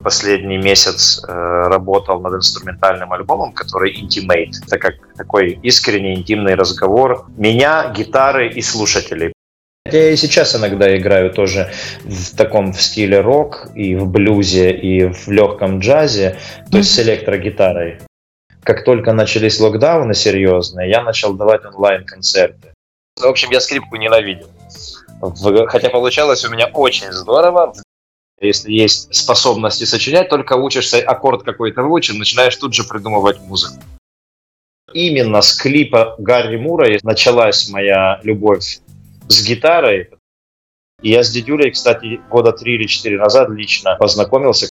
последний месяц работал над инструментальным альбомом, который Intimate. Это как такой искренний интимный разговор меня, гитары и слушателей. Я и сейчас иногда играю тоже в стиле рок, и в блюзе, и в легком джазе, то есть с электрогитарой. Как только начались локдауны серьезные, я начал давать онлайн-концерты. В общем, я скрипку ненавидел. Хотя получалось у меня очень здорово. Если есть способности сочинять, только учишься аккорд какой-то выучить, начинаешь тут же придумывать музыку. Именно с клипа Гарри Мура началась моя любовь с гитарой. И я с дедулей, кстати, года 3 или 4 назад лично познакомился.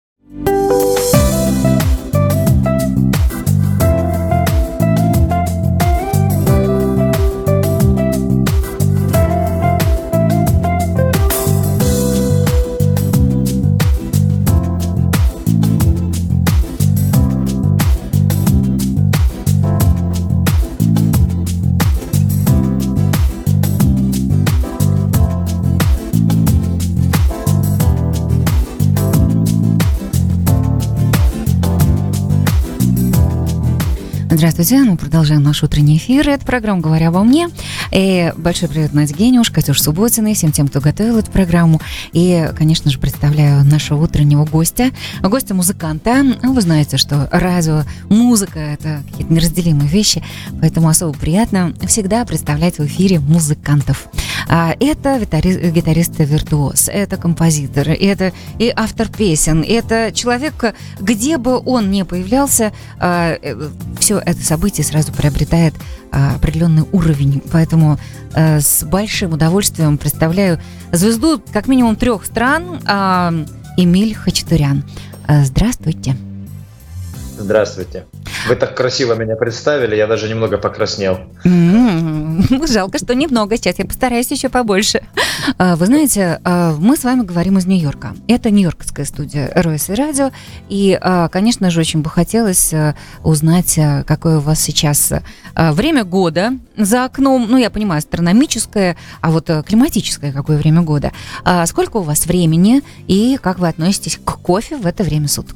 Здравствуйте, мы продолжаем наш утренний эфир. Это программа «Говоря обо мне». И большой привет Наде Генюш, Катюш Субботиной, всем тем, кто готовил эту программу. И, конечно же, представляю нашего утреннего гостя музыканта. Вы знаете, что радио, музыка – это какие-то неразделимые вещи, поэтому особо приятно всегда представлять в эфире музыкантов. Это гитарист-виртуоз, это композитор, это и автор песен, это человек, где бы он ни появлялся, все это событие сразу приобретает определенный уровень. Поэтому с большим удовольствием представляю звезду как минимум 3 стран, Эмиль Хачатурян. Здравствуйте. Здравствуйте. Вы так красиво меня представили, я даже немного покраснел. Жалко, что немного. Сейчас я постараюсь еще побольше. Вы знаете, мы с вами говорим из Нью-Йорка. Это нью-йоркская студия RSI Radio. И, конечно же, очень бы хотелось узнать, какое у вас сейчас время года за окном. Ну, я понимаю, астрономическое, а вот климатическое какое время года. Сколько у вас времени и как вы относитесь к кофе в это время суток?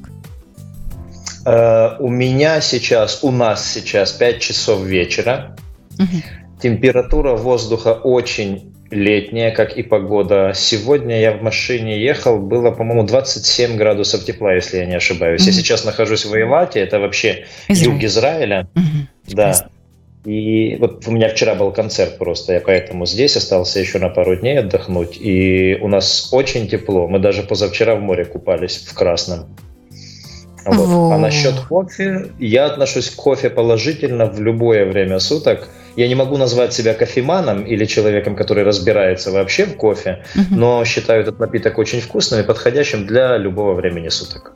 У нас сейчас 5 часов вечера. Температура воздуха очень летняя, как и погода. Сегодня я в машине ехал, было, по-моему, 27 градусов тепла, если я не ошибаюсь. Я сейчас нахожусь в Эйлате, это вообще юг Израиля. Да. И вот у меня вчера был концерт просто, я поэтому здесь остался еще на пару дней отдохнуть. И у нас очень тепло, мы даже позавчера в море купались в Красном. Вот. А насчет кофе, я отношусь к кофе положительно в любое время суток. Я не могу назвать себя кофеманом или человеком, который разбирается вообще в кофе, но считаю этот напиток очень вкусным и подходящим для любого времени суток.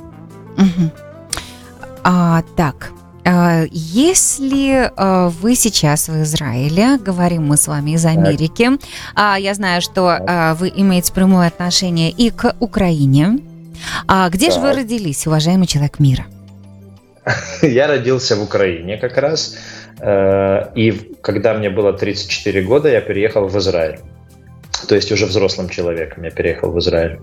Если вы сейчас в Израиле, говорим мы с вами из Америки, я знаю, что вы имеете прямое отношение и к Украине. Где же вы родились, уважаемый человек мира? Я родился в Украине как раз. И когда мне было 34 года, я переехал в Израиль. То есть уже взрослым человеком я переехал в Израиль.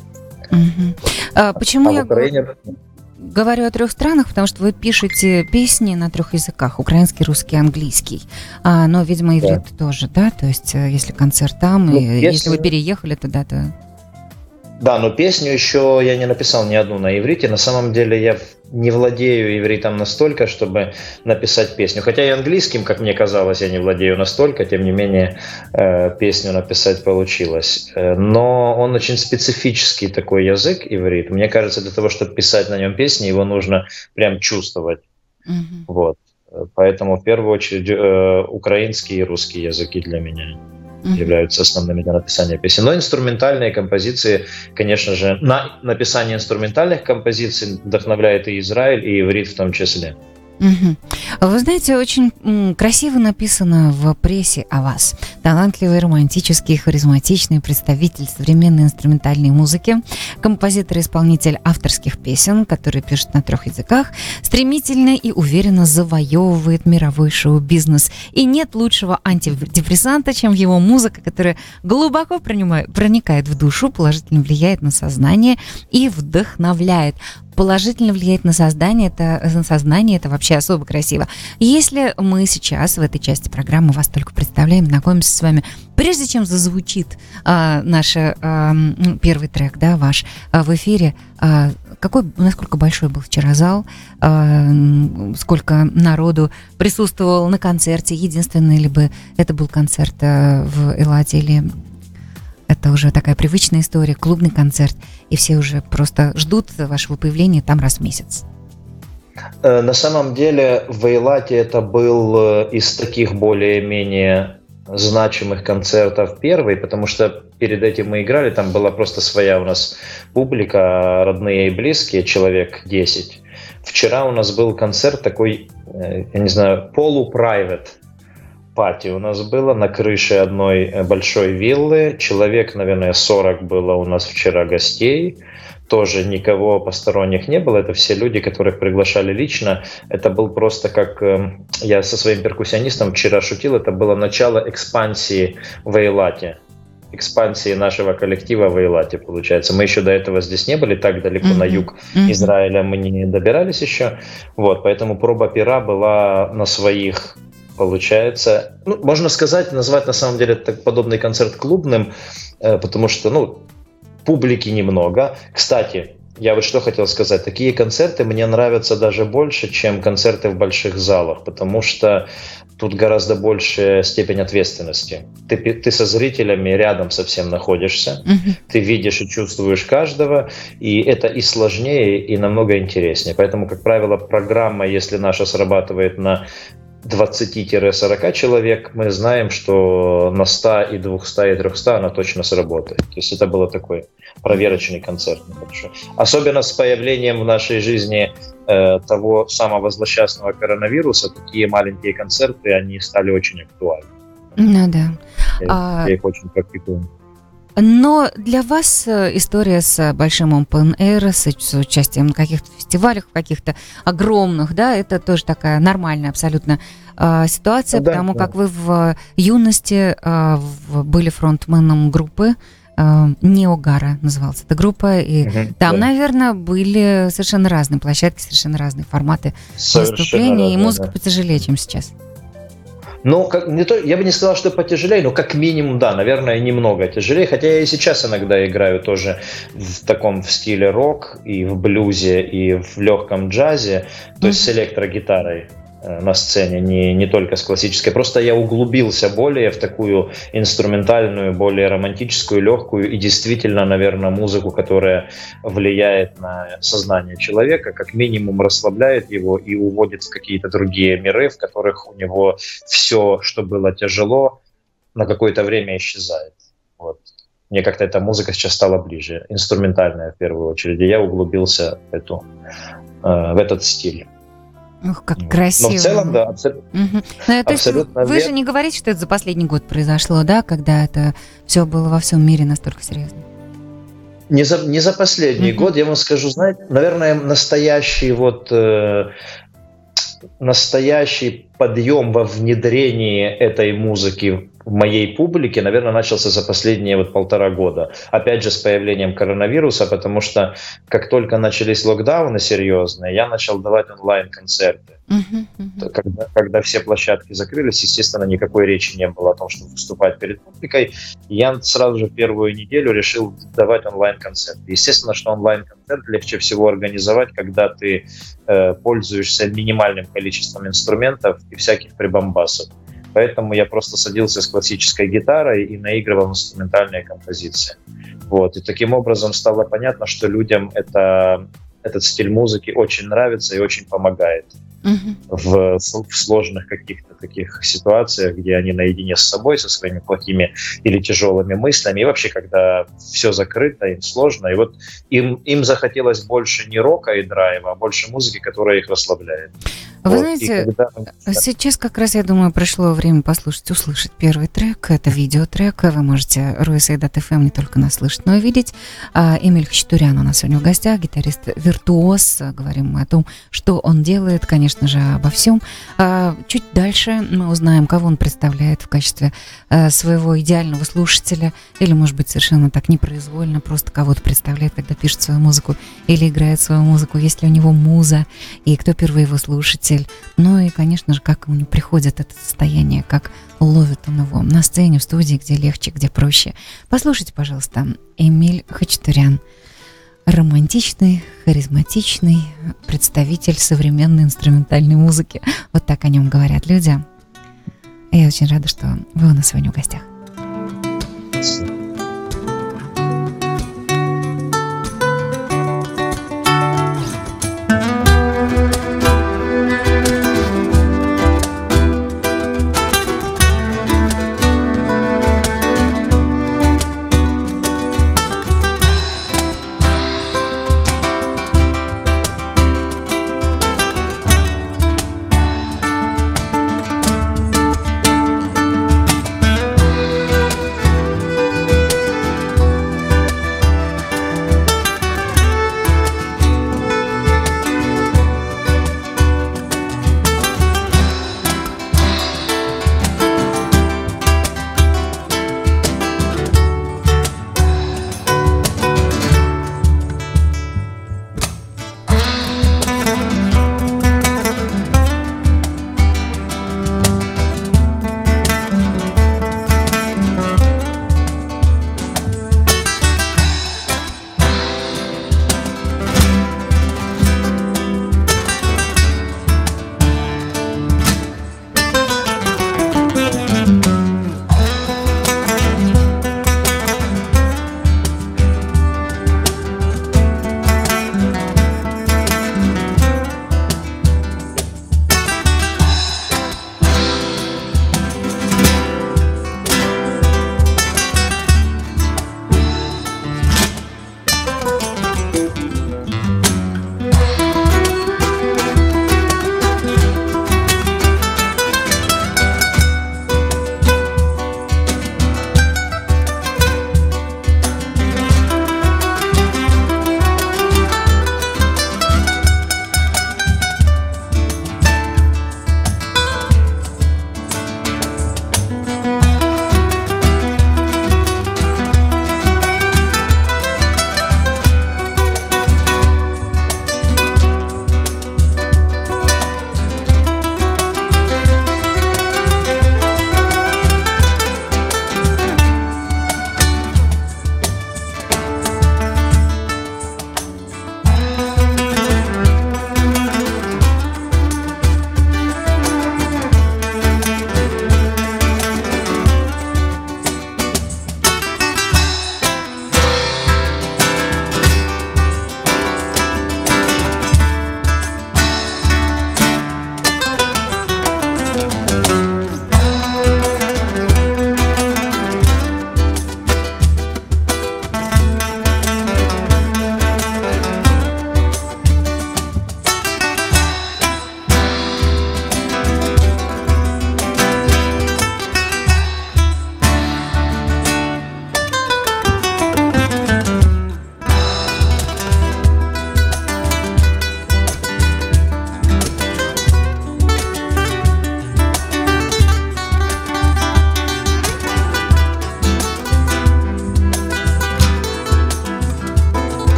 Почему я говорю о 3 странах? Потому что вы пишете песни на 3 языках. Украинский, русский, английский. Но, видимо, иврит тоже, да? То есть если концерт там, если вы переехали туда, то... Да, но песню еще я не написал ни одну на иврите. На самом деле я не владею ивритом настолько, чтобы написать песню. Хотя и английским, как мне казалось, я не владею настолько. Тем не менее, песню написать получилось. Но он очень специфический такой язык, иврит. Мне кажется, для того, чтобы писать на нем песни, его нужно прям чувствовать. Вот. Поэтому в первую очередь украинский и русский языки для меня являются основными для написания песен. Но инструментальные композиции, конечно же, на написание инструментальных композиций вдохновляет и Израиль, и иврит в том числе. Мгм. Вы знаете, очень красиво написано в прессе о вас. Талантливый, романтический, харизматичный представитель современной инструментальной музыки, композитор и исполнитель авторских песен, которые пишет на 3 языках, стремительно и уверенно завоевывает мировой шоу-бизнес. И нет лучшего антидепрессанта, чем его музыка, которая глубоко проникает в душу, положительно влияет на сознание и вдохновляет. Положительно влияет на сознание, это вообще особо красиво. Если мы сейчас в этой части программы вас только представляем, знакомимся с вами, прежде чем зазвучит наш первый трек, да, ваш, в эфире, насколько большой был вчера зал, сколько народу присутствовало на концерте, единственный ли бы это был концерт в Элладе или... Это уже такая привычная история, клубный концерт, и все уже просто ждут вашего появления там раз в месяц. На самом деле в Эйлате это был из таких более-менее значимых концертов первый, потому что перед этим мы играли, там была просто своя у нас публика, родные и близкие, человек 10. Вчера у нас был концерт такой, я не знаю, полупрайвет. Пати у нас было на крыше одной большой виллы. Человек, наверное, 40 было у нас вчера гостей. Тоже никого посторонних не было. Это все люди, которых приглашали лично. Это был просто как... Я со своим перкуссионистом вчера шутил. Это было начало экспансии в Эйлате. Экспансии нашего коллектива в Эйлате, получается. Мы еще до этого здесь не были, так далеко на юг Израиля мы не добирались еще. Вот, поэтому проба пера была на своих... Получается, можно сказать, назвать на самом деле подобный концерт клубным, потому что, публики немного. Кстати, я вот что хотел сказать, такие концерты мне нравятся даже больше, чем концерты в больших залах, потому что тут гораздо большая степень ответственности. Ты со зрителями рядом совсем находишься, ты видишь и чувствуешь каждого, и это и сложнее, и намного интереснее. Поэтому, как правило, программа, если наша срабатывает на 20-40 человек, мы знаем, что на 100 и 200 и 300 она точно сработает. То есть это был такой проверочный концерт небольшой. Особенно с появлением в нашей жизни того самого злосчастного коронавируса, такие маленькие концерты, они стали очень актуальны. Ну да. Я их очень практикую. Но для вас история с большим Open Air, с участием на каких-то фестивалях, каких-то огромных, да, это тоже такая нормальная абсолютно ситуация, да, потому да. как вы в юности были фронтменом группы, Неогара называлась эта группа, и там, наверное, были совершенно разные площадки, совершенно разные форматы выступления, и музыка потяжелее, чем сейчас. Я бы не сказал, что потяжелее, но как минимум, да, наверное, немного тяжелее. Хотя я и сейчас иногда играю тоже в стиле рок, и в блюзе, и в легком джазе, то есть с электрогитарой на сцене, не только с классической. Просто я углубился более в такую инструментальную, более романтическую, легкую и действительно, наверное, музыку, которая влияет на сознание человека, как минимум расслабляет его и уводит в какие-то другие миры, в которых у него все, что было тяжело, на какое-то время исчезает. Вот. Мне как-то эта музыка сейчас стала ближе, инструментальная в первую очередь, и я углубился в этот стиль. Ух, как красиво. Но в целом, да, абсолютно. Вы же не говорите, что это за последний год произошло, да, когда это все было во всем мире настолько серьезно? Не за последний год, я вам скажу, знаете, наверное, настоящий подъем во внедрении этой музыки в моей публике, наверное, начался за последние 1,5 года. Опять же, с появлением коронавируса, потому что как только начались локдауны серьезные, я начал давать онлайн-концерты. Когда все площадки закрылись, естественно, никакой речи не было о том, чтобы выступать перед публикой. Я сразу же в первую неделю решил давать онлайн-концерт. Естественно, что онлайн-концерт легче всего организовать, когда ты пользуешься минимальным количеством инструментов и всяких прибамбасов. Поэтому я просто садился с классической гитарой и наигрывал инструментальные композиции. Вот. И таким образом стало понятно, что людям этот стиль музыки очень нравится и очень помогает. в сложных каких-то таких ситуациях, где они наедине с собой, со своими плохими или тяжелыми мыслями. И вообще, когда все закрыто, им сложно. И вот им захотелось больше не рока и драйва, а больше музыки, которая их расслабляет. Вы знаете, сейчас как раз, я думаю, пришло время услышать первый трек. Это видеотрек. Вы можете Ruisseïdat.FM не только нас слышать, но и видеть. Эмиль Хачатурян у нас сегодня в гостях, гитарист-виртуоз. Говорим мы о том, что он делает, конечно же, обо всем. Чуть дальше мы узнаем, кого он представляет в качестве своего идеального слушателя, или, может быть, совершенно так непроизвольно, просто кого-то представляет, когда пишет свою музыку или играет свою музыку, есть ли у него муза, и кто первый его слушатель. Ну и, конечно же, как ему приходит это состояние, как ловит он его на сцене, в студии, где легче, где проще. Послушайте, пожалуйста, Эмиль Хачатурян. Романтичный, харизматичный представитель современной инструментальной музыки. Вот так о нем говорят люди. И я очень рада, что вы у нас сегодня в гостях.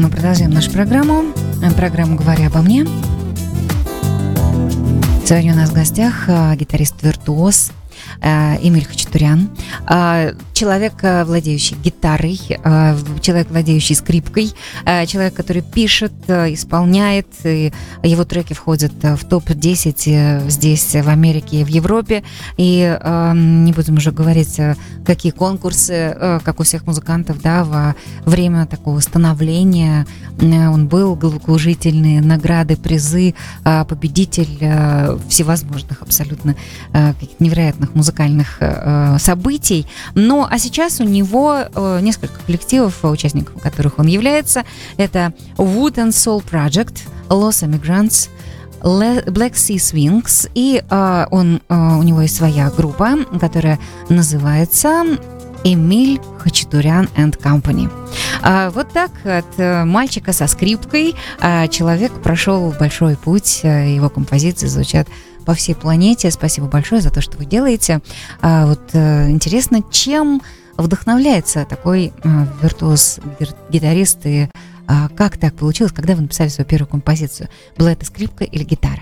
мы продолжаем нашу программу. Программу «Говоря обо мне». Сегодня у нас в гостях гитарист-виртуоз Эмиль Хачатурян, человек, владеющий гитарой, человек, владеющий скрипкой, человек, который пишет, исполняет, и его треки входят в топ-10 здесь, в Америке и в Европе, и не будем уже говорить, какие конкурсы, как у всех музыкантов, да, во время такого становления он был, головокружительные награды, призы, победитель всевозможных абсолютно каких-то невероятных музыкальных событий. Ну, а сейчас у него несколько коллективов, участником которых он является. Это Wood and Soul Project, Los Immigrants, Black Sea Swings, и у него есть своя группа, которая называется Эмиль Хачатурян and Company. Вот так от мальчика со скрипкой человек прошел большой путь, его композиции звучат по всей планете. Спасибо большое за то, что вы делаете. Интересно, чем вдохновляется такой виртуоз-гитарист, и как так получилось, когда вы написали свою первую композицию? Была это скрипка или гитара?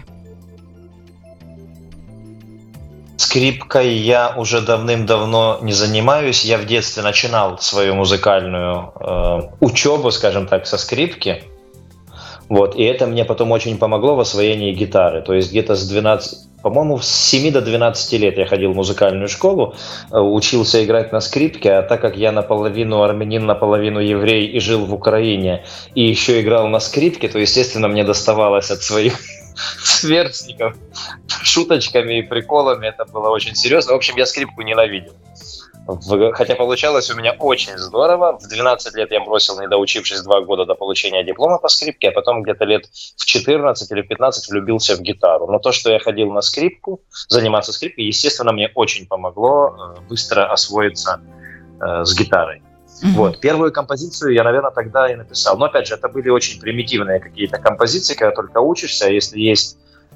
Скрипкой я уже давным-давно не занимаюсь. Я в детстве начинал свою музыкальную учебу, скажем так, со скрипки. Вот, и это мне потом очень помогло в освоении гитары. То есть где-то с 7 до 12 лет я ходил в музыкальную школу, учился играть на скрипке, а так как я наполовину армянин, наполовину еврей и жил в Украине, и еще играл на скрипке, то, естественно, мне доставалось от своих сверстников шуточками и приколами. Это было очень серьезно. В общем, я скрипку ненавидел. Хотя получалось у меня очень здорово. В 12 лет я бросил, не доучившись 2 года до получения диплома по скрипке, а потом где-то лет в 14 или в 15 влюбился в гитару. Но то, что я ходил на скрипку, заниматься скрипкой, естественно, мне очень помогло быстро освоиться с гитарой. Mm-hmm. Вот. Первую композицию я, наверное, тогда и написал. Но, опять же, это были очень примитивные какие-то композиции, когда только учишься, если есть,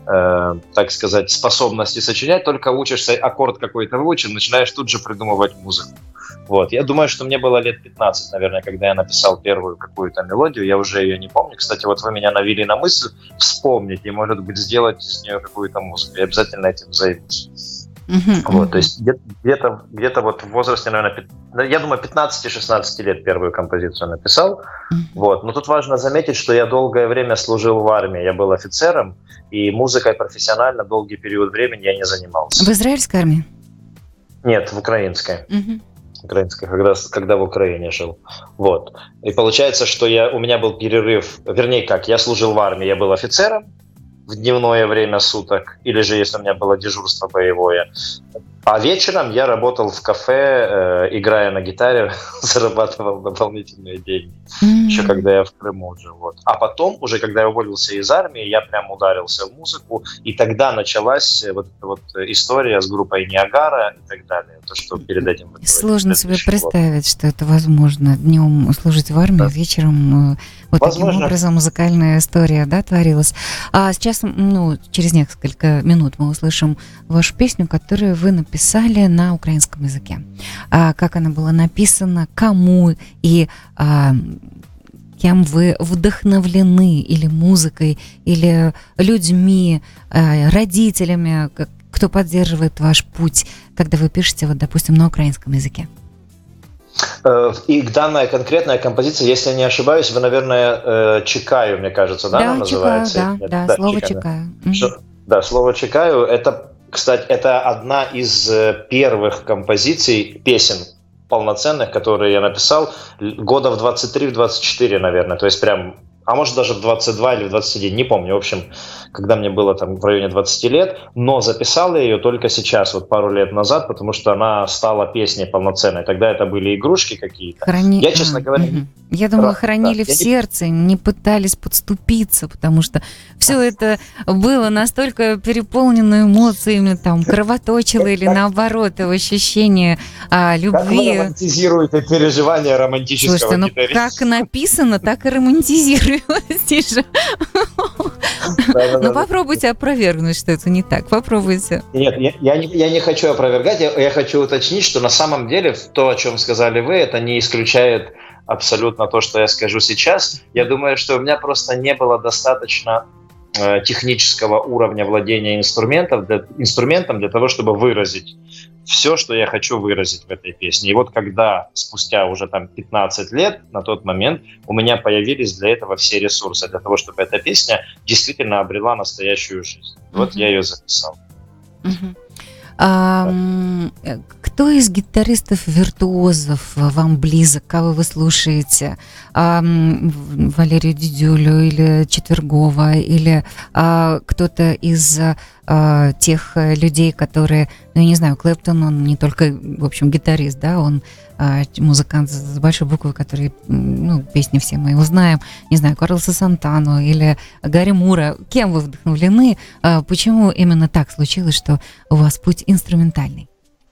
так сказать, способности сочинять, только учишься, аккорд какой-то выучил, начинаешь тут же придумывать музыку. Вот. Я думаю, что мне было лет 15, наверное, когда я написал первую какую-то мелодию, я уже ее не помню. Кстати, вот вы меня навели на мысль вспомнить и, может быть, сделать из нее какую-то музыку. Я обязательно этим займусь. Вот, то есть где-то вот в возрасте, наверное, я думаю, 15-16 лет первую композицию написал. Вот. Но тут важно заметить, что я долгое время служил в армии, я был офицером, и музыкой профессионально долгий период времени я не занимался. В израильской армии? Нет, в украинской. Украинской, когда в Украине жил. Вот. И получается, что у меня был перерыв, вернее как, я служил в армии, я был офицером в дневное время суток, или же если у меня было дежурство боевое. А вечером я работал в кафе, играя на гитаре, зарабатывал дополнительные деньги. Еще когда я в Крыму жил. Вот. А потом, уже когда я уволился из армии, я прям ударился в музыку, и тогда началась вот эта вот история с группой Ниагара и так далее. То, что перед этим... Сложно себе представить, что это возможно. Днем служить в армии, вечером вот возможно. Таким образом музыкальная история, да, творилась. А сейчас, через несколько минут мы услышим вашу песню, которую вы написали на украинском языке. Как она была написана, кому и кем вы вдохновлены, или музыкой, или людьми, родителями, кто поддерживает ваш путь, когда вы пишете, вот, допустим, на украинском языке? И данная конкретная композиция, если я не ошибаюсь, вы, наверное, «Чекаю», мне кажется, да, она называется? Да, слово «чекаю». Да, слово «чекаю» — это, кстати, это одна из первых композиций, песен полноценных, которые я написал года в 23-24, наверное, то есть прям, а может даже в 22 или в 21, не помню, в общем, когда мне было там в районе 20 лет, но записал я ее только сейчас, вот пару лет назад, потому что она стала песней полноценной. Тогда это были игрушки какие-то. Я, честно говоря... Я думала, хранили в сердце, не пытались подступиться, потому что все это было настолько переполнено эмоциями, там, кровоточило или наоборот, ощущение любви. Как вы романтизируете переживания романтического гитариста? Слушайте, как написано, так и романтизируете же. Попробуйте опровергнуть, что это не так. Попробуйте. Нет, я не хочу опровергать, я хочу уточнить, что на самом деле то, о чем сказали вы, это не исключает абсолютно то, что я скажу сейчас. Я думаю, что у меня просто не было достаточно технического уровня владения инструментом для того, чтобы выразить все, что я хочу выразить в этой песне. И вот когда спустя уже там 15 лет, на тот момент, у меня появились для этого все ресурсы, для того, чтобы эта песня действительно обрела настоящую жизнь. Вот я ее записал. Кто из гитаристов-виртуозов вам близок, кого вы слушаете? Валерию Дидюлю или Четвергова, или кто-то из тех людей, которые, ну, я не знаю, Клэптон, он не только, в общем, гитарист, да, он музыкант с большой буквы, который, ну, песни все мы его знаем, не знаю, Карлоса Сантану или Гарри Мура. Кем вы вдохновлены? Почему именно так случилось, что у вас путь инструментальный?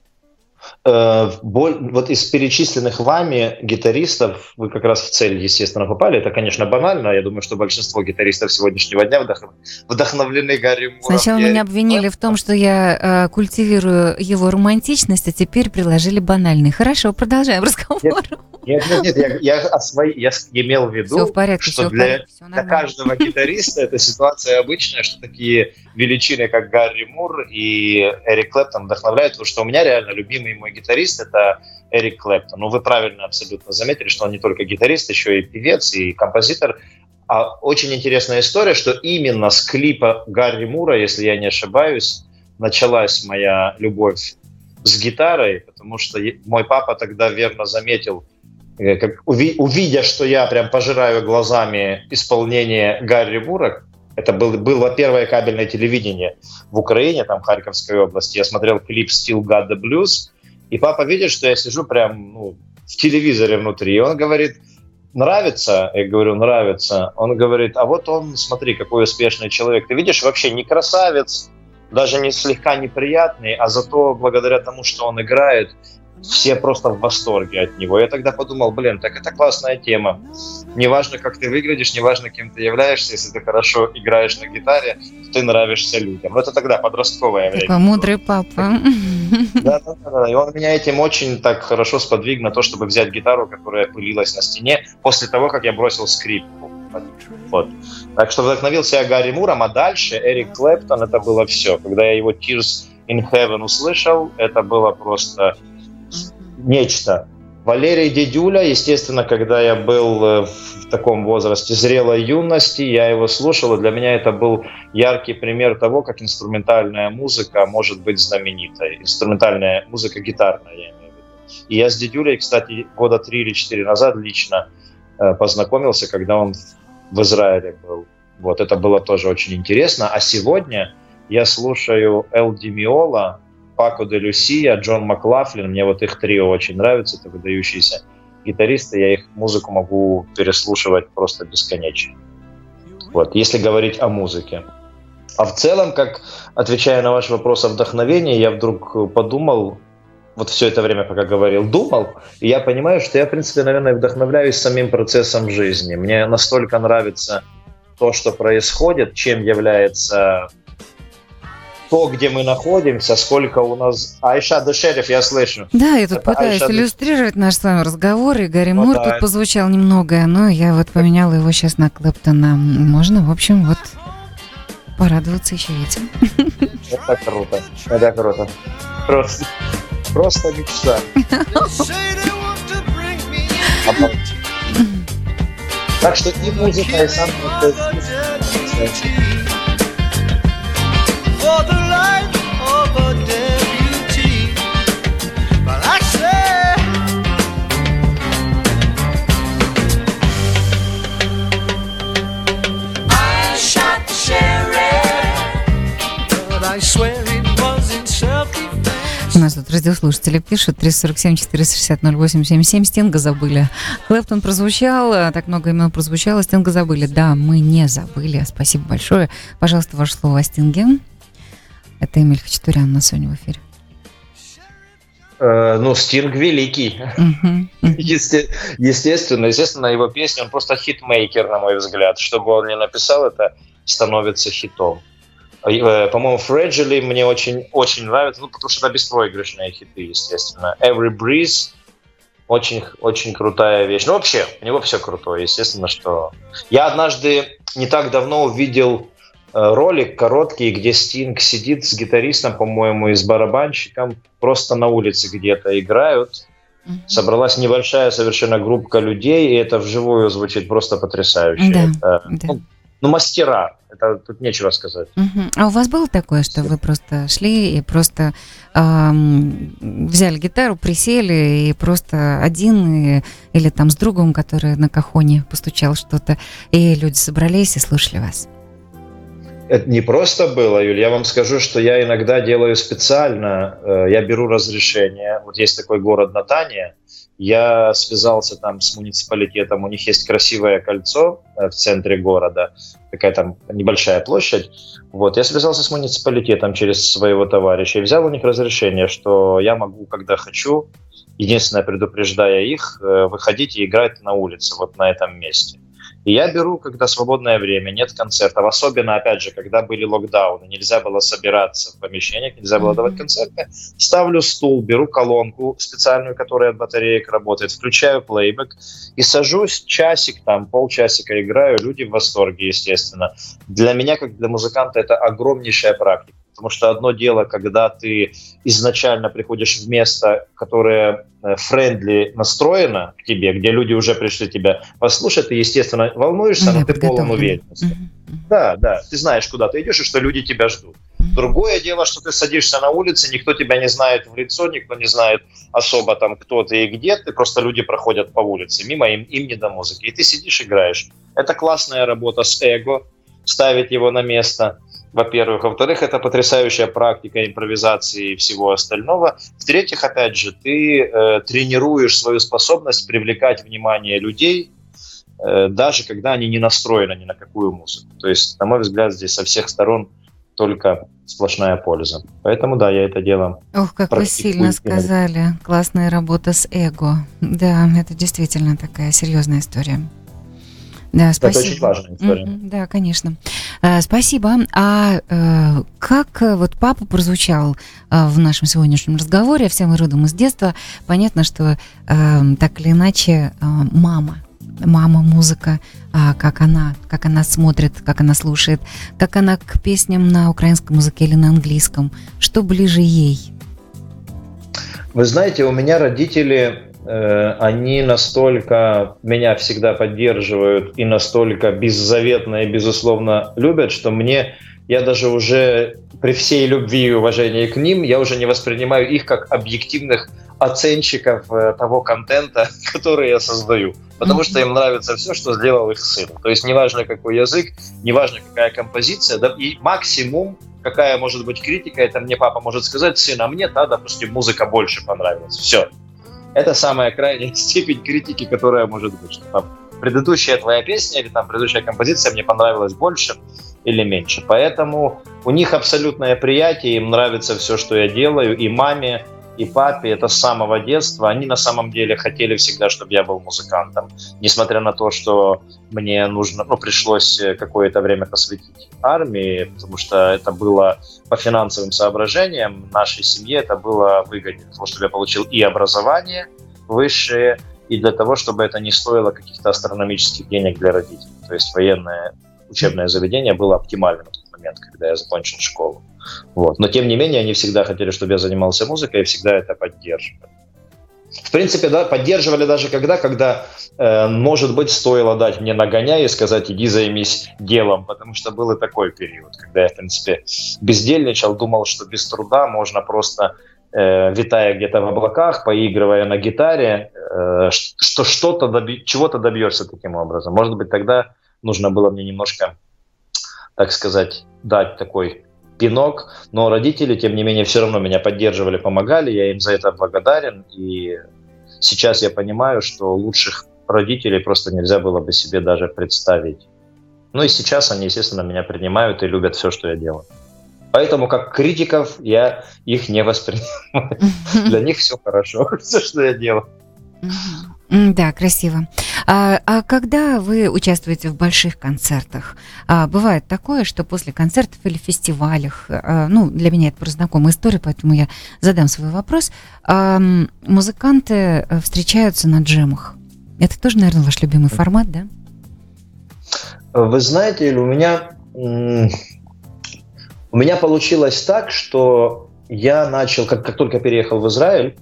Вот из перечисленных вами гитаристов вы как раз в цель, естественно, попали. Это, конечно, банально. Я думаю, что большинство гитаристов сегодняшнего дня вдохновлены Гарри Муром. Сначала меня обвинили в том, что я культивирую его романтичность, а теперь приложили банальный. Хорошо, продолжаем разговор. Нет, я имел в виду, в порядке, что для каждого гитариста эта ситуация обычная, что такие величины, как Гарри Мур и Эрик Клэптон вдохновляют, потому что у меня реально любимый мой гитарист — это Эрик Клэптон. Ну, вы правильно абсолютно заметили, что он не только гитарист, еще и певец, и композитор. А очень интересная история, что именно с клипа Гарри Мура, если я не ошибаюсь, началась моя любовь с гитарой, потому что мой папа тогда верно заметил, как, увидя, что я прям пожираю глазами исполнение Гарри Мура. Это было первое кабельное телевидение в Украине, там, в Харьковской области. Я смотрел клип «Still Got the Blues», и папа видит, что я сижу прям в телевизоре внутри. И он говорит: нравится? Я говорю: нравится. Он говорит: а вот он, смотри, какой успешный человек. Ты видишь, вообще не красавец, даже не слегка неприятный, а зато благодаря тому, что он играет, все просто в восторге от него. Я тогда подумал: блин, так это классная тема. Неважно, как ты выглядишь, неважно, кем ты являешься, если ты хорошо играешь на гитаре, ты нравишься людям. Но это тогда подростковое время. Такой мудрый папа. Да. И он меня этим очень так хорошо сподвиг на то, чтобы взять гитару, которая пылилась на стене, после того, как я бросил скрипку. Вот. Так что вдохновился я Гарри Муром, а дальше Эрик Клэптон — это было все. Когда я его Tears in Heaven услышал, это было просто нечто. Валерий Дидюля, естественно, когда я был в таком возрасте зрелой юности, я его слушал, и для меня это был яркий пример того, как инструментальная музыка может быть знаменитой. Инструментальная музыка гитарная, я имею в виду. И я с Дидюлей, кстати, года 3 или 4 назад лично познакомился, когда он в Израиле был. Вот, это было тоже очень интересно. А сегодня я слушаю Эл Ди Миола, Пако де Люсия, Джон Маклафлин. Мне вот их трио очень нравится, это выдающиеся гитаристы. Я их музыку могу переслушивать просто бесконечно. Вот, если говорить о музыке. А в целом, как отвечая на ваш вопрос о вдохновении, я вдруг подумал, вот все это время, пока говорил, думал, и я понимаю, что я, в принципе, наверное, вдохновляюсь самим процессом жизни. Мне настолько нравится то, что происходит, чем является то, где мы находимся, сколько у нас... Айша Дешерев, я слышу. Да, я тут пытаюсь иллюстрировать наш с вами разговор, и Гарри Мур тут позвучал немного, но я вот поменяла его сейчас на Клэптона. Можно, в общем, вот порадоваться еще этим. Это круто, это круто. Просто мечта. Так что и музыка, и сам У нас тут радиослушатели пишут: 347-460-08-77, Стинга забыли. Клэптон прозвучал, так много имен прозвучало, Стинга забыли. Да, мы не забыли, спасибо большое. Пожалуйста, ваше слово о Стинге. Это Эмиль Хачатурян на сегодня в эфире. Стинг великий. Естественно, его песни, он просто хитмейкер, на мой взгляд. Что бы он ни написал, это становится хитом. По-моему, Fragile мне очень, очень нравится, потому что это беспроигрышные хиты, естественно. Every Breeze, Очень, очень крутая вещь. Ну, вообще, у него все крутое, естественно, что... Я однажды не так давно увидел ролик короткий, где Стинг сидит с гитаристом, по-моему, и с барабанщиком, просто на улице где-то играют. Собралась небольшая совершенно группа людей, и это вживую звучит просто потрясающе. Да, это, мастера. Это тут нечего сказать. А у вас было такое, что вы просто шли и просто взяли гитару, присели и просто один или там с другом, который на кахоне постучал что-то, и люди собрались и слушали вас? Это не просто было, Юль. Я вам скажу, что я иногда делаю специально. Я беру разрешение. Вот есть такой город Натания. Я связался там с муниципалитетом. У них есть красивое кольцо в центре города. Такая там небольшая площадь. Вот. Я связался с муниципалитетом через своего товарища и взял у них разрешение, что я могу, когда хочу, единственное, предупреждая их, выходить и играть на улице, вот на этом месте. И я беру, когда свободное время, нет концертов, особенно, опять же, когда были локдауны, нельзя было собираться в помещениях, нельзя было давать концерты, ставлю стул, беру колонку специальную, которая от батареек работает, включаю плейбэк и сажусь часик, там, полчасика играю, люди в восторге, естественно. Для меня, как для музыканта, это огромнейшая практика. Потому что одно дело, когда ты изначально приходишь в место, которое френдли настроено к тебе, где люди уже пришли тебя послушать, ты, естественно, волнуешься, но ты полон уверенности. Да, ты знаешь, куда ты идешь и что люди тебя ждут. Другое дело, что ты садишься на улице, никто тебя не знает в лицо, никто не знает особо там, кто ты и где ты, просто люди проходят по улице, мимо им не до музыки. И ты сидишь, играешь. Это классная работа с эго, ставить его на место. Во-первых. Во-вторых, это потрясающая практика импровизации и всего остального. В-третьих, опять же, ты тренируешь свою способность привлекать внимание людей, даже когда они не настроены ни на какую музыку. То есть, на мой взгляд, здесь со всех сторон только сплошная польза. Поэтому, да, я это дело Ох, как вы сильно сказали. Классная работа с эго. Да, это действительно такая серьезная история. Да, спасибо. Это очень важная история. Да, конечно. Спасибо. А как вот папа прозвучал в нашем сегодняшнем разговоре? Все мы родом из детства. Понятно, что так или иначе мама, музыка, как она смотрит, как она слушает, как она к песням на украинском языке или на английском. Что ближе ей? Вы знаете, у меня родители... они настолько меня всегда поддерживают и настолько беззаветно и безусловно любят, что я даже уже при всей любви и уважении к ним, я уже не воспринимаю их как объективных оценщиков того контента, который я создаю. Потому что им нравится все, что сделал их сын. То есть неважно какой язык, неважно какая композиция, да, и максимум, какая может быть критика, это мне папа может сказать: сын, а мне та, допустим, музыка больше понравилась. Все. Это самая крайняя степень критики, которая может быть. Что там предыдущая твоя песня или там предыдущая композиция мне понравилась больше или меньше. Поэтому у них абсолютное приятие, им нравится все, что я делаю. И маме, и папе это с самого детства. Они на самом деле хотели всегда, чтобы я был музыкантом. Несмотря на то, что мне пришлось какое-то время посвятить армии, потому что это было по финансовым соображениям. В нашей семье это было выгоднее, потому что я получил и образование высшее, и для того, чтобы это не стоило каких-то астрономических денег для родителей. То есть военное учебное заведение было оптимальным в тот момент, когда я закончил школу. Вот. Но тем не менее, они всегда хотели, чтобы я занимался музыкой, и всегда это поддерживали. В принципе, да, поддерживали даже когда может быть, стоило дать мне нагоняй и сказать: иди займись делом, потому что был и такой период, когда я, в принципе, бездельничал, думал, что без труда можно просто, витая где-то в облаках, поигрывая на гитаре, что чего-то добьешься таким образом. Может быть, тогда нужно было мне немножко, так сказать, дать такой пинок, но родители, тем не менее, все равно меня поддерживали, помогали, я им за это благодарен, и сейчас я понимаю, что лучших родителей просто нельзя было бы себе даже представить. Ну и сейчас они, естественно, меня принимают и любят все, что я делаю. Поэтому как критиков я их не воспринимаю. Для них все хорошо, все, что я делаю. Да, красиво. А когда вы участвуете в больших концертах, бывает такое, что после концертов или фестивалях, для меня это просто знакомая история, поэтому я задам свой вопрос, музыканты встречаются на джемах. Это тоже, наверное, ваш любимый формат, да? Вы знаете, у меня получилось так, что я начал, как только переехал в Израиль,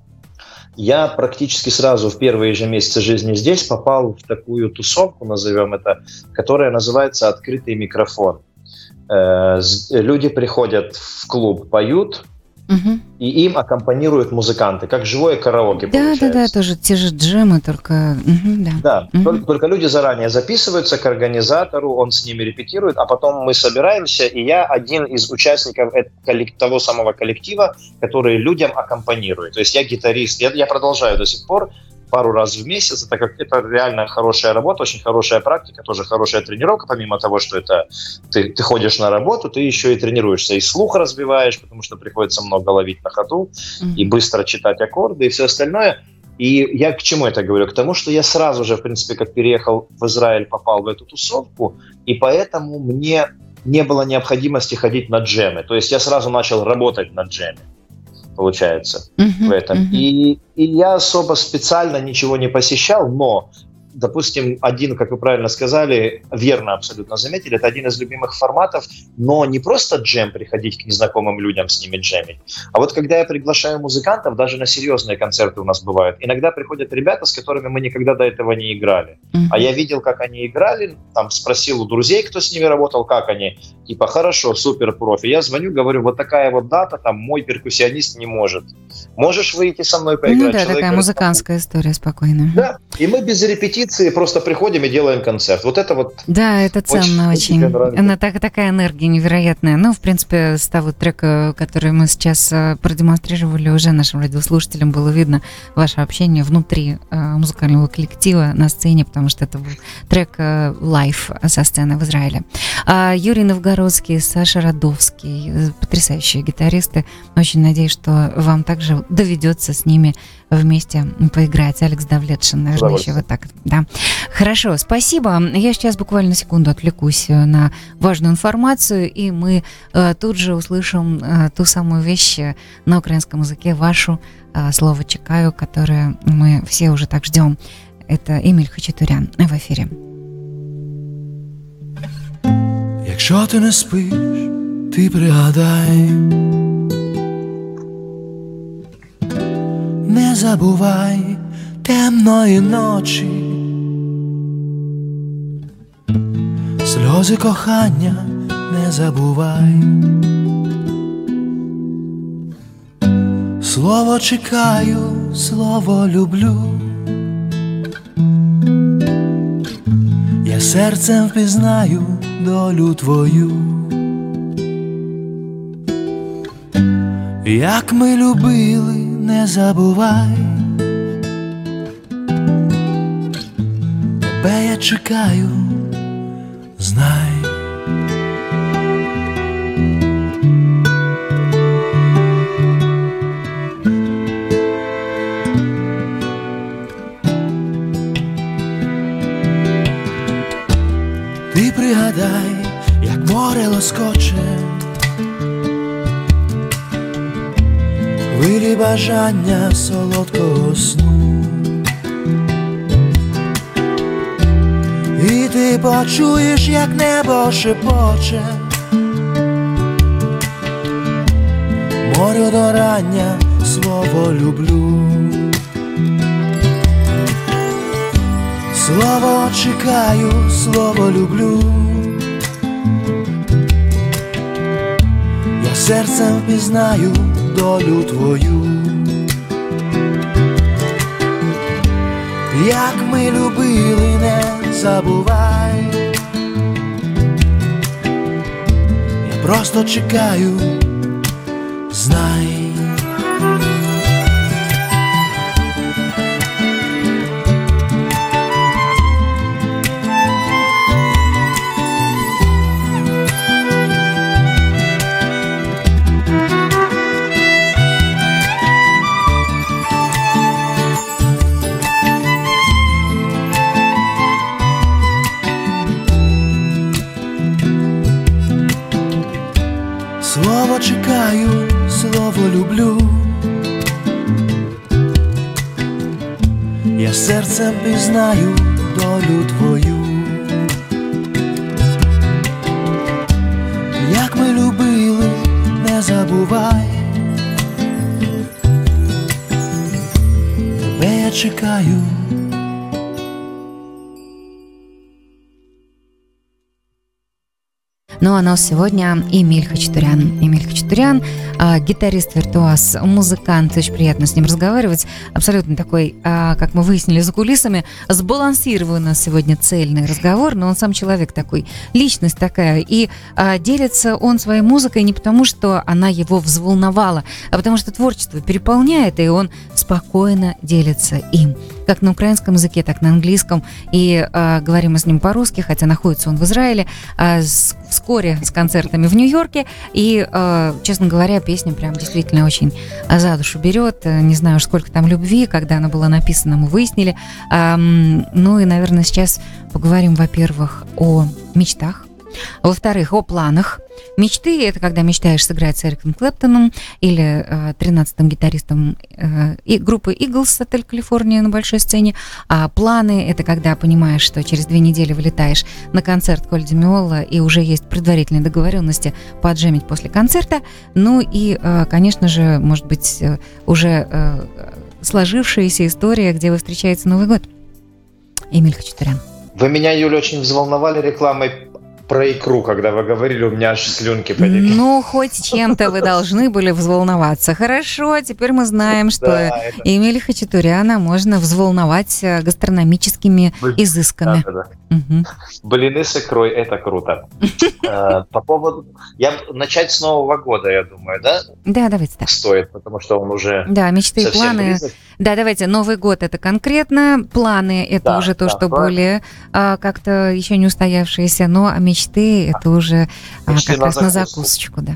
я практически сразу в первые же месяцы жизни здесь попал в такую тусовку, назовем это, которая называется «Открытый микрофон». Люди приходят в клуб, поют, и им аккомпанируют музыканты, как живое караоке получается. Да, тоже те же джемы, только... Только люди заранее записываются к организатору, он с ними репетирует, а потом мы собираемся, и я один из участников того самого коллектива, который людям аккомпанирует. То есть я гитарист, я продолжаю до сих пор пару раз в месяц, так как это реально хорошая работа, очень хорошая практика, тоже хорошая тренировка, помимо того, что это ты ходишь на работу, ты еще и тренируешься, и слух развиваешь, потому что приходится много ловить на ходу, и быстро читать аккорды, и все остальное. И я к чему это говорю? К тому, что я сразу же, в принципе, как переехал в Израиль, попал в эту тусовку, и поэтому мне не было необходимости ходить на джемы. То есть я сразу начал работать на джеме, получается, в этом. И я особо специально ничего не посещал, но, допустим, один, как вы правильно сказали, верно абсолютно заметили, это один из любимых форматов, но не просто джем, приходить к незнакомым людям, с ними джемить, а вот когда я приглашаю музыкантов, даже на серьезные концерты у нас бывают, иногда приходят ребята, с которыми мы никогда до этого не играли. А я видел, как они играли, там спросил у друзей, кто с ними работал, как они, типа, хорошо, супер профи. Я звоню, говорю, вот такая вот дата, там мой перкуссионист не может. Можешь выйти со мной поиграть? Человек такая говорит, музыкантская история, спокойно. Да, и мы без репетиции просто приходим и делаем концерт. Вот это вот... Да, это ценно очень. Она такая энергия невероятная. В принципе, с того трека, который мы сейчас продемонстрировали уже нашим радиослушателям, было видно ваше общение внутри музыкального коллектива на сцене, потому что это был трек лайв со сцены в Израиле. Юрий Новгородский, Саша Радовский, потрясающие гитаристы. Очень надеюсь, что вам также доведется с ними вместе поиграть. Алекс Давлетшин, наверное, еще вот так. Да. Хорошо, спасибо. Я сейчас буквально секунду отвлекусь на важную информацию, и мы тут же услышим ту самую вещь на украинском языке, вашу слово «чекаю», которое мы все уже так ждем. Это Еміль Хачатурян в ефірі. Якщо ти не спиш, ти пригадай, не забувай темної ночі, сльози кохання не забувай, слово чекаю, слово люблю, я серцем впізнаю долю твою. Як ми любили, не забувай, тебе я чекаю, знай. Ти пригадай, як море лоскоче, хвилі бажання солодкого сну, і ти почуєш, як небо шепоче, морю до рання слово люблю, слово чекаю, слово люблю, я серцем впізнаю долю твою. Як ми любили, не забувай, я просто чекаю, знай. я серцем пізнаю долю твою. Як ми любили, не забувай, тебе я чекаю. Ну, а у нас сегодня Эмиль Хачатурян. Эмиль Хачатурян, гитарист, виртуоз, музыкант. Очень приятно с ним разговаривать. Абсолютно такой, как мы выяснили за кулисами, сбалансированный у нас сегодня цельный разговор, но он сам человек такой, личность такая. И делится он своей музыкой не потому, что она его взволновала, а потому что творчество переполняет, и он спокойно делится им. Как на украинском языке, так и на английском. И говорим мы с ним по-русски, хотя находится он в Израиле, вскоре с концертами в Нью-Йорке. И, честно говоря, песня прям действительно очень за душу берет. Не знаю уж сколько там любви, когда она была написана, мы выяснили. Ну и, наверное, сейчас поговорим, во-первых, о мечтах. Во-вторых, о планах. Мечты – это когда мечтаешь сыграть с Эриком Клэптоном или 13-м гитаристом и группы Eagles «Отель Калифорния» на большой сцене. А планы – это когда понимаешь, что через 2 недели вылетаешь на концерт Коль Ди Меолла и уже есть предварительные договоренности поджемить после концерта. Ну и, конечно же, может быть, уже сложившаяся история, где вы встречаете Новый год. Эмиль Хачатурян. Вы меня, Юля, очень взволновали рекламой про икру, когда вы говорили, у меня аж слюнки потекли. Ну, хоть чем-то вы должны были взволноваться. Хорошо, теперь мы знаем, что Эмиля Хачатуряна можно взволновать гастрономическими изысками. Да. Угу. Блины с икрой – это круто. По поводу... Начать с Нового года, я думаю, да? Да, давайте так. Стоит, потому что он уже... Да, мечты и планы. Близок. Да, давайте, Новый год – это конкретно, планы – это уже то, что более как-то еще не устоявшееся, но мечты – это уже как раз на закусочку, да.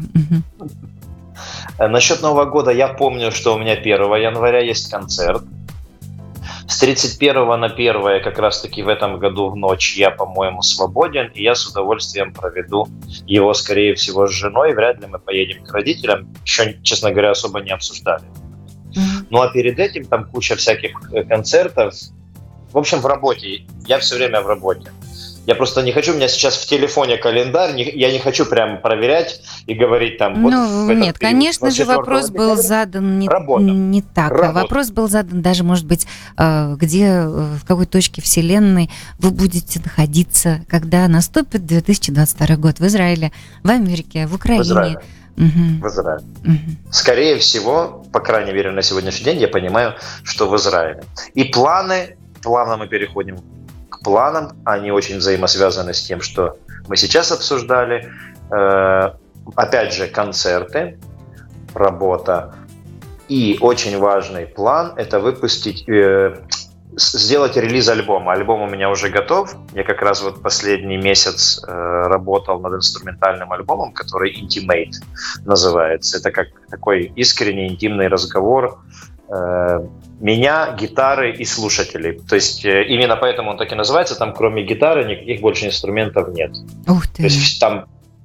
Угу. Насчет Нового года я помню, что у меня 1 января есть концерт. С 31 на 1 как раз-таки в этом году в ночь я, по-моему, свободен, и я с удовольствием проведу его, скорее всего, с женой. Вряд ли мы поедем к родителям. Еще, честно говоря, особо не обсуждали. Ну а перед этим там куча всяких концертов. В общем, в работе. Я все время в работе. Я просто не хочу, у меня сейчас в телефоне календарь, я не хочу прям проверять и говорить там... Вот нет, конечно же, вопрос был задан не так. Работа. Вопрос был задан даже, может быть, где, в какой точке вселенной вы будете находиться, когда наступит 2022 год в Израиле, в Америке, в Украине. В Израиле. Угу. В Израиле. Угу. Скорее всего, по крайней мере, на сегодняшний день я понимаю, что в Израиле. И плавно мы переходим к планам, они очень взаимосвязаны с тем, что мы сейчас обсуждали. Опять же, концерты, работа. И очень важный план – это выпустить, сделать релиз альбома. Альбом у меня уже готов. Я как раз вот последний месяц работал над инструментальным альбомом, который Intimate называется. Это как такой искренний интимный разговор меня, гитары и слушателей. То есть именно поэтому он так и называется. Там кроме гитары никаких больше инструментов нет. Ух ты. То есть там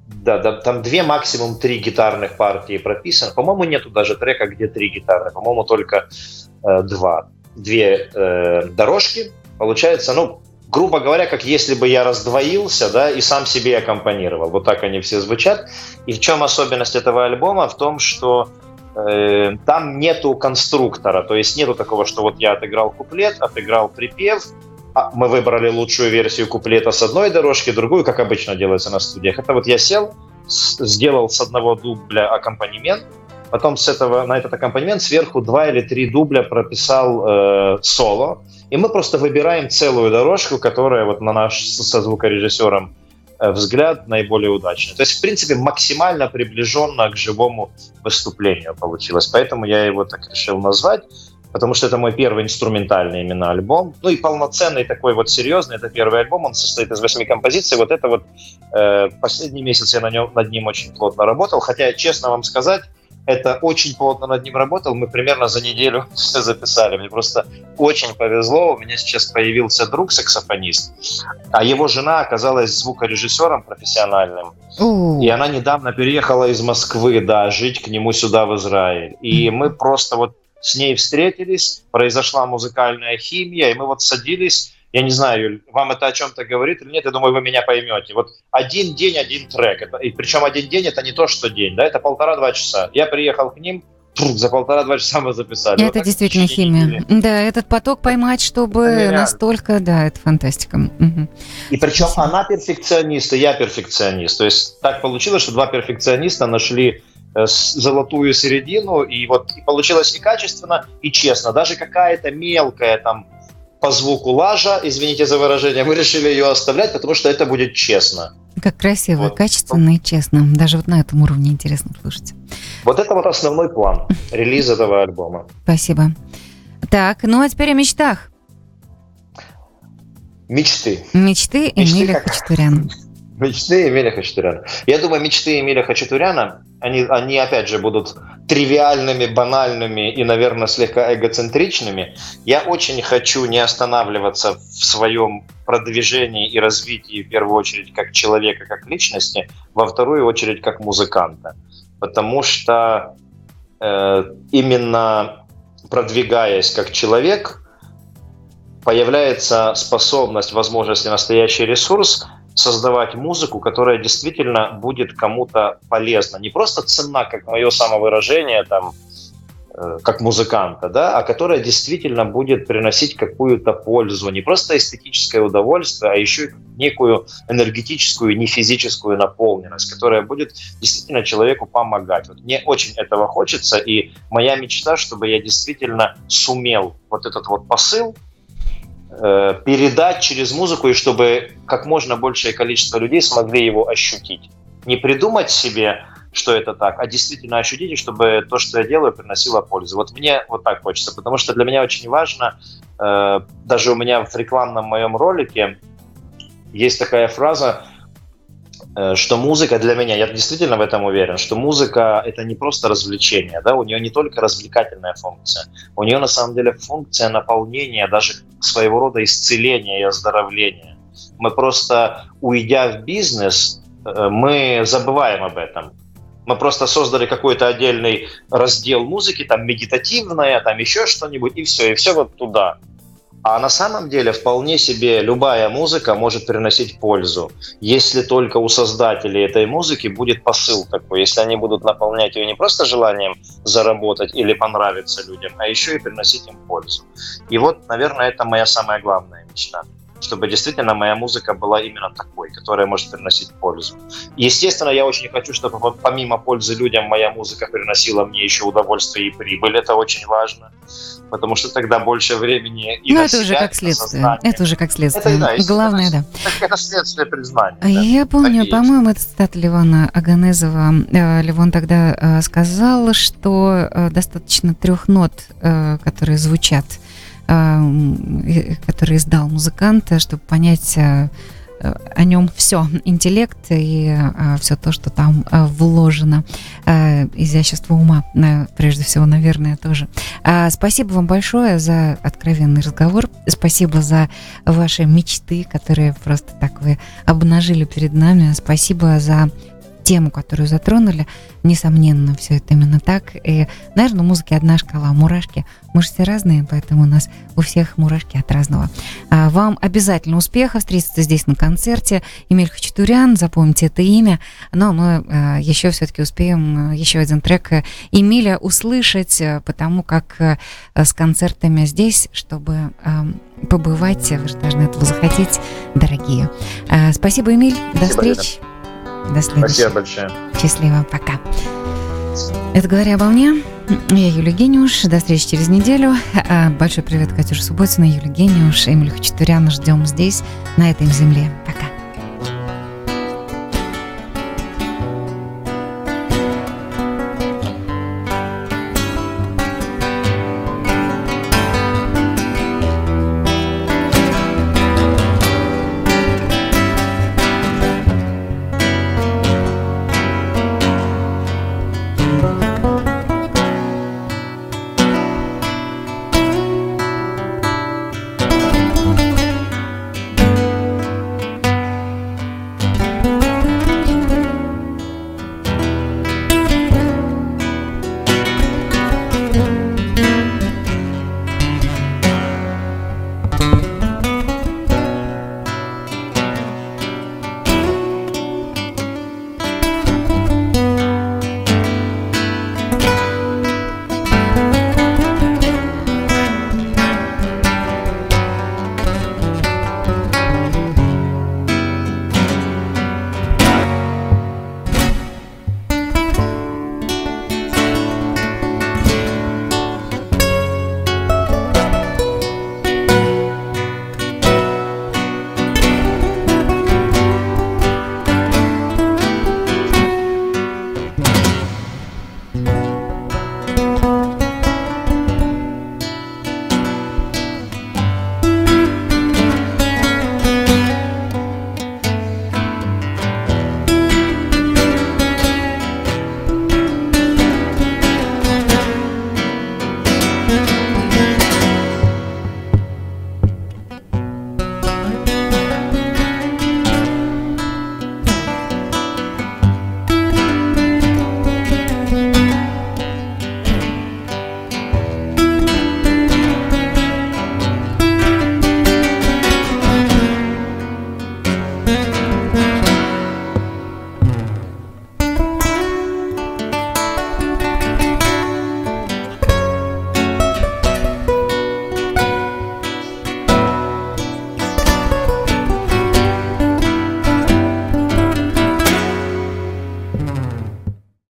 2, максимум 3 гитарных партии прописаны. По-моему, нету даже трека, где 3 гитары. По-моему, только 2 дорожки. Получается, грубо говоря, как если бы я раздвоился, да, и сам себе аккомпанировал. Вот так они все звучат. И в чем особенность этого альбома? В том, что там нету конструктора, то есть нету такого, что вот я отыграл куплет, отыграл припев, мы выбрали лучшую версию куплета с одной дорожки, другую, как обычно делается на студиях. Это вот я сел, сделал с одного дубля аккомпанемент, потом на этот аккомпанемент сверху 2 или 3 дубля прописал соло, и мы просто выбираем целую дорожку, которая вот на наш со звукорежиссером взгляд наиболее удачный. То есть, в принципе, максимально приближенно к живому выступлению получилось. Поэтому я его так решил назвать, потому что это мой первый инструментальный именно альбом. Ну и полноценный такой вот серьезный, это первый альбом, он состоит из 8 композиций. Вот это вот последний месяц я над ним очень плотно работал. Хотя, честно вам сказать, это очень плотно над ним работал. Мы примерно за неделю все записали. Мне просто очень повезло. У меня сейчас появился друг-саксофонист, а его жена оказалась звукорежиссером профессиональным. И она недавно переехала из Москвы, да, жить к нему сюда, в Израиль. И мы просто вот с ней встретились, произошла музыкальная химия, и мы вот садились. Я не знаю, Юль, вам это о чем-то говорит или нет, я думаю, вы меня поймете. Вот один день, один трек. И причем один день — это не то, что день, да, это 1,5-2 часа. Я приехал к ним, за 1,5-2 часа мы записали. Это вот действительно химия. Да, этот поток поймать, чтобы настолько, да, это фантастика. Угу. И причем она перфекционист, и я перфекционист. То есть так получилось, что два перфекциониста нашли золотую середину, и вот и получилось и качественно, и честно. Даже какая-то мелкая там по звуку лажа, извините за выражение, мы решили ее оставлять, потому что это будет честно. Как красиво, вот. Качественно и честно. Даже вот на этом уровне интересно слушать. Вот это вот основной план релиза этого альбома. Спасибо. Так, ну а теперь о мечтах. Мечты. Мечты Эмиля Хачатуряна. Мечты Эмиля Хачатуряна. Я думаю, мечты Эмиля Хачатуряна, они опять же будут тривиальными, банальными и, наверное, слегка эгоцентричными. Я очень хочу не останавливаться в своем продвижении и развитии, в первую очередь, как человека, как личности, во вторую очередь, как музыканта. Потому что именно продвигаясь как человек, появляется способность, возможность и настоящий ресурс создавать музыку, которая действительно будет кому-то полезна. Не просто ценна, как мое самовыражение, там, как музыканта, да, а которая действительно будет приносить какую-то пользу. Не просто эстетическое удовольствие, а еще и некую энергетическую, не физическую наполненность, которая будет действительно человеку помогать. Вот мне очень этого хочется, и моя мечта, чтобы я действительно сумел вот этот вот посыл передать через музыку, и чтобы как можно большее количество людей смогли его ощутить. Не придумать себе, что это так, а действительно ощутить, и чтобы то, что я делаю, приносило пользу. Вот мне вот так хочется, потому что для меня очень важно, даже у меня в рекламном моем ролике есть такая фраза, что музыка для меня, я действительно в этом уверен, что музыка — это не просто развлечение, да, у нее не только развлекательная функция, у нее на самом деле функция наполнения, даже своего рода исцеления и оздоровления. Мы просто, уйдя в бизнес, мы забываем об этом. Мы просто создали какой-то отдельный раздел музыки, там медитативная, там еще что-нибудь, и все вот туда. А на самом деле вполне себе любая музыка может приносить пользу, если только у создателей этой музыки будет посыл такой, если они будут наполнять ее не просто желанием заработать или понравиться людям, а еще и приносить им пользу. И вот, наверное, это моя самая главная мечта, чтобы действительно моя музыка была именно такой, которая может приносить пользу. Естественно, я очень хочу, чтобы помимо пользы людям моя музыка приносила мне еще удовольствие и прибыль, это очень важно. Потому что тогда больше времени и на себя, уже как следствие. Это уже как следствие. Это, да, главное, да. Это следствие признания. Да. Я помню, по-моему, это цитата Левона Аганезова. Левон тогда сказал, что достаточно 3 нот, которые звучат, которые издал музыкант, чтобы понять о нем все, интеллект и все то, что там вложено, изящество ума, прежде всего, наверное, тоже. Спасибо вам большое за откровенный разговор, спасибо за ваши мечты, которые просто так вы обнажили перед нами, спасибо за тему, которую затронули. Несомненно, все это именно так. И, наверное, у музыки одна шкала. Мурашки. Мы же все разные, поэтому у нас у всех мурашки от разного. Вам обязательно успеха. Встретиться здесь на концерте. Эмиль Хачатурян, запомните это имя. Но мы еще все-таки успеем еще один трек Эмиля услышать, потому как с концертами здесь, чтобы побывать, вы же должны этого захотеть, дорогие. Спасибо, Эмиль. До встречи. До следующего. Спасибо большое. Счастливо, пока. Это «Говоря обо мне». Я Юлия Гениуш. До встречи через неделю. Большой привет Катюше Субботиной, Юлия Гениуш, Эмилю Хачатуряну. Ждем здесь, на этой земле. Пока.